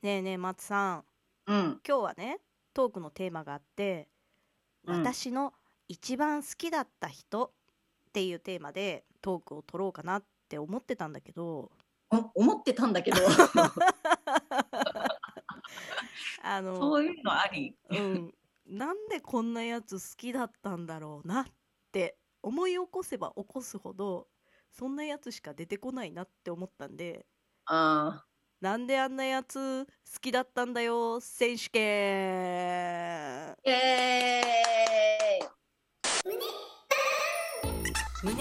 ねえねえ松さん、 うん。 今日はねトークのテーマがあって、 うん。 私の一番好きだった人っていうテーマでトークを取ろうかなって思ってたんだけど、 思ってたんだけどあのそういうのあり。 うんなんでこんなやつ好きだったんだろうなって思い起こせば起こすほど、そんなやつしか出てこないなって思ったんで、 あなんであんなやつ好きだったんだよ選手権。 ー。イエーイ。 胸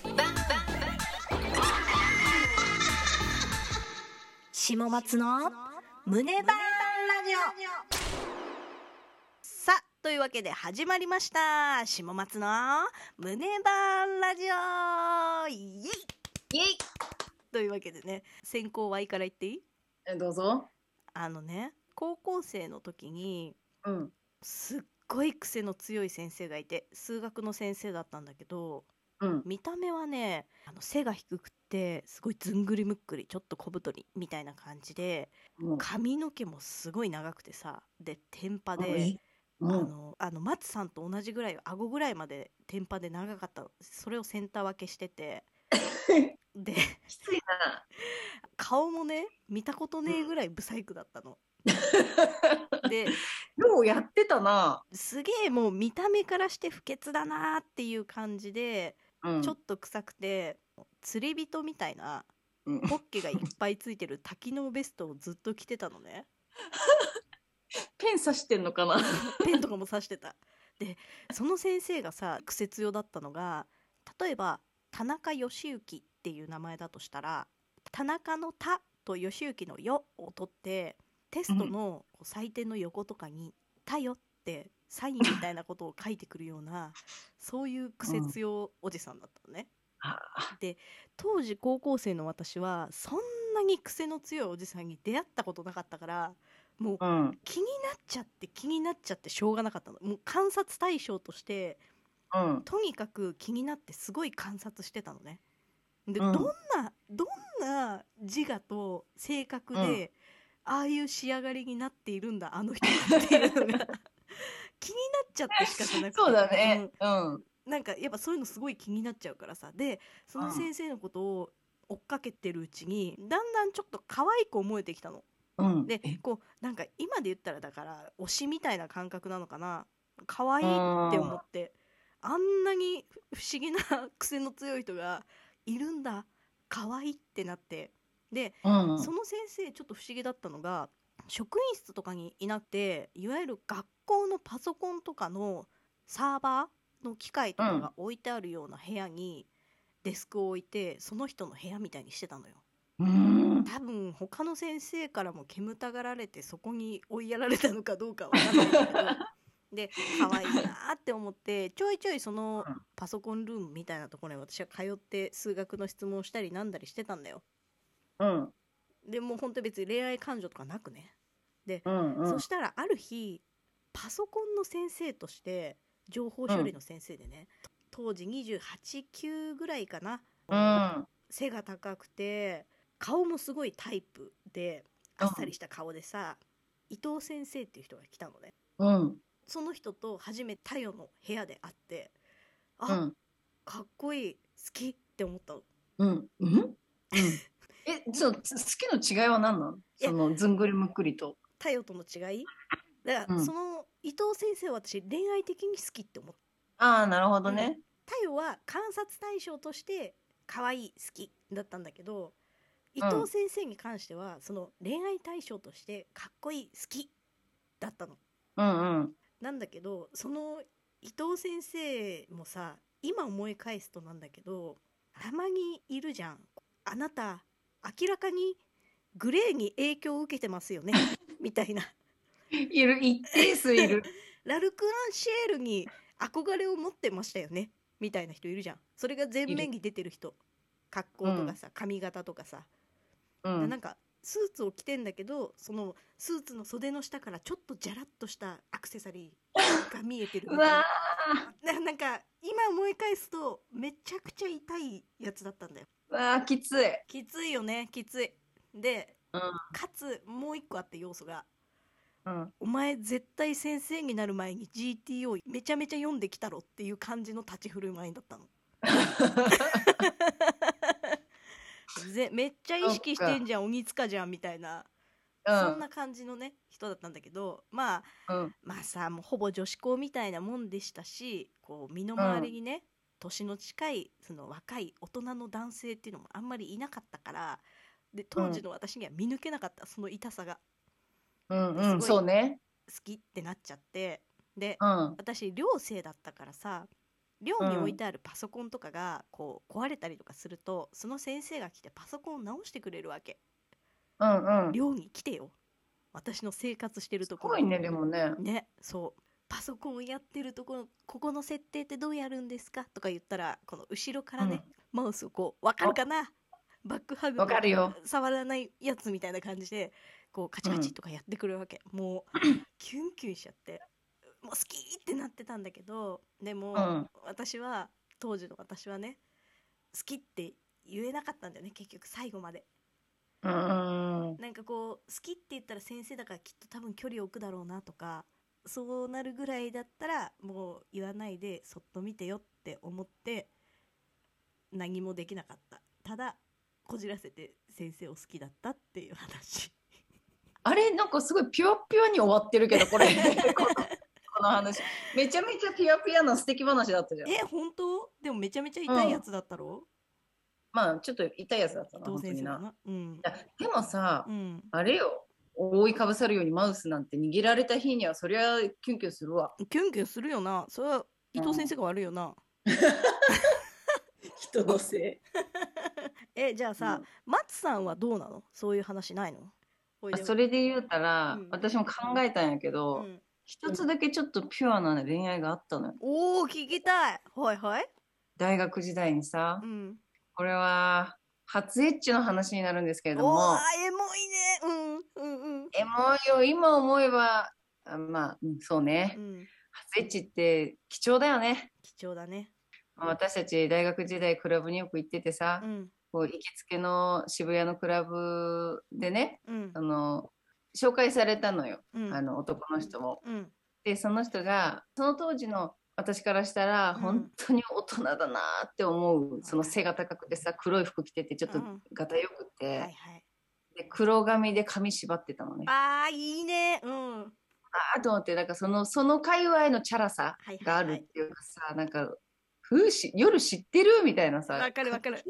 下松の胸バンラジオ。さあというわけで始まりました、下松の胸バンラジオイエイ。 イエイ。 というわけでね、先行 Y から言っていい？ どうぞ。 高校生の時にうん。 すっごい癖の強い先生がいて、数学の先生だったんだけど、 うん。 見た目はね、背が低くってすごいずんぐりむっくり、ちょっと小太りみたいな感じで、 うん。 髪の毛もすごい長くてさ、で天パうん。 で、 うん。 松さんと同じぐらい、顎ぐらいまで天パで長かったの。それをセンター分けしてて、できついな。 顔もね、見たことねえぐらいブサイクだったの。でようやってたな。 すげえもう見た目からして不潔だなっていう感じで、ちょっうん。 と臭くて釣り人みたいなうん。 ポッケがいっぱいついてる多機能ベストをずっと着てたのね。 ペン刺してんのかな。 ペンとかも刺してた。でその先生がさ、癖強だったのが、例えば田中義行っていう名前だとしたら、田中の田と義行のよを取って、テストのこう採点の横とかにたよってサインみたいなことを書いてくるような、そういう癖強おじさんだったのね。 あで当時高校生の私はそんなに癖の強いおじさんに出会ったことなかったから、もううん。 気になっちゃってしょうがなかったの。もう観察対象としてうん。 とにかく気になってすごい観察してたのね。でうん。 どんな自我と性格うん。 でああいう仕上がりになっているんだあの人はっていうのが気になっちゃって仕方なくそうて、 だね。うん。うん。 なんかやっぱそういうのすごい気になっちゃうからさ。でその先生のことを追っかけてるうちにだんだんちょっと可愛く思えてきたの。 うん。 でこうなんか今で言ったらだから推しみたいな感覚なのかな、可愛いって思っあて、あんなに不思議な癖の強い人がいるんだ、可愛いってなって。でうん。 その先生ちょっと不思議だったのが、職員室とかにいなくて、いわゆる学校のパソコンとかのサーバーの機械とかうん。 が置いてあるような部屋にデスクを置いて、その人の部屋みたいにしてたのよ。 うん。 多分他の先生からも煙たがられてそこに追いやられたのかどうかわかんないんだけど、で可愛いなって思って、ちょいちょいそのパソコンルームみたいなところに私は通って数学の質問をしたりなんだりしてたんだよ。 うん。 でもう本当別に恋愛感情とかなくね。でうん。うん。 そしたらある日、パソコンの先生として、情報処理の先生でね、当時28、9ぐらいかな、 うん。 背が高くて顔もすごいタイプで、あっさりした顔でさ、伊藤先生っていう人が来たのね。 うん。 その人と初めて太陽の部屋で会って、あ、 うん。 かっこいい、好きって思ったの。 うん。うん。うん。好きの違いは何なの？ いや、 そのずんぐりむっくりと。 太陽との違いだから、そうん。 の伊藤先生は私恋愛的に好きって思っああ、なるほた。うん。 どね。 太陽は観察対象として可愛い、好きだったんだけど、伊うん。 藤先生に関してはその恋愛対象としてかっこいい、好きだったの。 うんうん。 なんだけど、その伊藤先生もさ、今思い返すとなんだけど、たまにいるじゃん、あなた明らかにグレーに影響を受けてますよねみたいな。 いる、一定数いる。 ラルク・ランシェールに憧れを持ってましたよねみたいな人いるじゃん。それが前いる。 面に出てる人、格うん。 好とかさ、髪型とかさ。 うん。 なんかスーツを着てんだけど、そのスーツの袖の下からちょっとジャラッとしたアクセサリーが見えてるうわみたいな。なんか今思い返すとめちゃくちゃ痛いやつだったんだよ。 ー、うわー、きつい。 きついよね、きつい。でかつもう一個あって要素が、 うんお前絶対先生になる前に GTO めちゃめちゃ読んできたろっていう感じの立ち振る舞いだったの。めっちゃ意識してんじゃん鬼塚じゃんみたいな、そんな感じのね人だったんだけど、まあさ、もうほぼ女子校みたいなもんでしたし、こう身の回りにね、年の近いその若い大人の男性っていうのもあんまりいなかったから、で当時の私には見抜けなかった、その痛さが。 そうね。 好きってなっちゃって、で、 うん私寮生だったからさ、寮に置いてあるパソコンとかがこう壊れたりとかすると、その先生が来てパソコンを直してくれるわけ。寮に来てよ、私の生活してるところに。 すごいね、でもね。 ね、そうパソコンをやってるところ、ここの設定ってどうやるんですかとか言ったら、この後ろからね、マウスをこう、わかるかな、バックハグわかるよ。 触らないやつみたいな感じでこうカチカチとかやってくるわけ、もうキュンキュンしちゃって、もう好きってなってたんだけど、でも、私は当時の私はね、好きって言えなかったんだよね結局最後まで。なんかこう好きって言ったら先生だからきっと多分距離を置くだろうなとか、そうなるぐらいだったらもう言わないでそっと見てよって思って何もできなかった。ただこじらせて先生を好きだったっていう話。 あれ、なんかすごいピュアピュアに終わってるけど、これこの話めちゃめちゃピュアピュアな素敵話だったじゃん。 本当？でもめちゃめちゃ痛いやつだったろ、 まあちょっと痛いやつだったな、 伊藤先生だ本な。 当にな。いやでもさ、 うんあれよ、覆いかぶさるようにマウスなんて握られた日にはそりゃキュンキュンするわ。 キュンキュンするよな。それは伊藤先生が悪いよな、 人のせい。 じゃあさ、松さんはどうなの？そういう話ないの？ それで言うたら、私も考えたんやけど、一つだけちょっとピュアな恋愛があったのよ。 おー、聞きたい。はいはい。 大学時代にさ、これは初エッチの話になるんですけれども、 エモいね。 エモいよ、今思えば。まあ、そうね、初エッチって貴重だよね。 貴重だね。 私たち大学時代クラブによく行っててさ、こう行きつけの渋谷のクラブでね、紹介されたのよ、男の人も。でその人がその当時の私からしたら本当に大人だなって思う、その背が高くてさ、黒い服着ててちょっとがたよくて、で黒髪で髪縛ってたのね。 いいね。 と思って、なんかその界隈のチャラさがあるっていうかさ、なんか夜知ってるみたいなさ。 わかるわかる。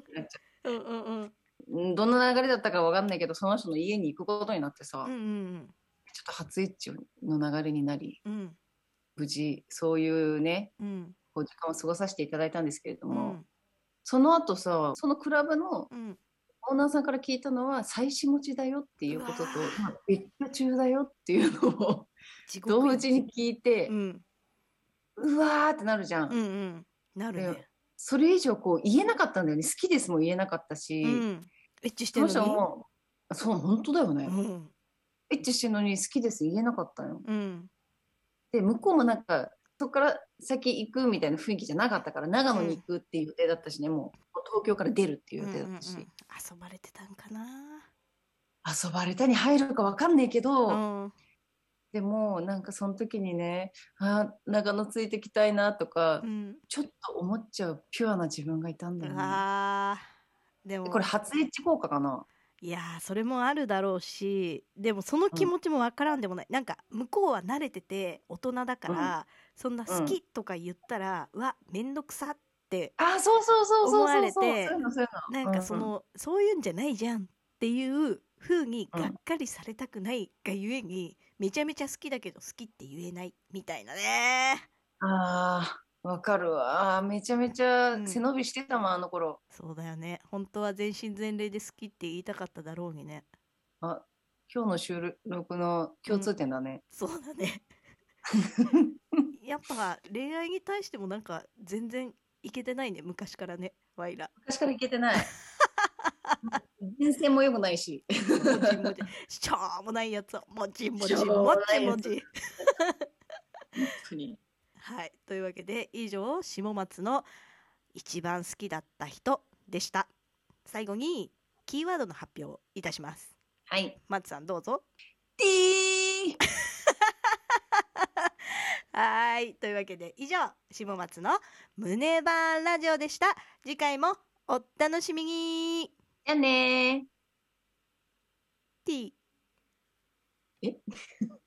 どんな流れだったかわかんないけど、その人の家に行くことになってさ、ちょっと初エッチの流れになり、無事そういうね、こう時間を過ごさせていただいたんですけれども、その後さ、そのクラブのオーナーさんから聞いたのは妻子持ちだよっていうことと、別居中だよっていうのを同時に聞いて、うわーってなるじゃん。 なるね。 それ以上こう言えなかったんだよね。好きですも言えなかったし、 エッチしてるのにもそう、本当だよね、エッチしてるのに好きです言えなかったよ。で向こうもなんかそこから先行くみたいな雰囲気じゃなかったから、長野に行くっていう予定だったしね、もう東京から出るっていう予定だったし、 遊ばれてたんかな。 遊ばれたに入るか分かんないけど、でもなんかその時にね、長野ついてきたいなとか、ちょっと思っちゃうピュアな自分がいたんだよね。でもこれ初エッチ効果かな。 いやそれもあるだろうし、でもその気持ちもわからんでもない、なんか向こうは慣れてて大人だから、そんな好きとか言ったら、うわめんどくさって思われて、なんかそういうんじゃないじゃんっていう風にがっかりされたくないがゆえに、めちゃめちゃ好きだけど好きって言えないみたいなね。 わかるわ。めちゃめちゃ背伸びしてたもん、あの頃。 そうだよね。本当は全身全霊で好きって言いたかっただろうにね。 今日の収録の共通点だね。 そうだね。やっぱ恋愛に対してもなんか全然いけてないね、昔からね、ワイラ。 昔からいけてない。人生も良くないし。 もじもじ。しょうもないやつを。もじもじ。もじもじ。 本当に。 はい。というわけで、以上、下松の一番好きだった人でした。最後に、キーワードの発表いたします。 はい。 松さんどうぞ。 ティーはい。というわけで以上、下松の胸バーラジオでした。次回もお楽しみに。 じゃあねー。 ティー。 え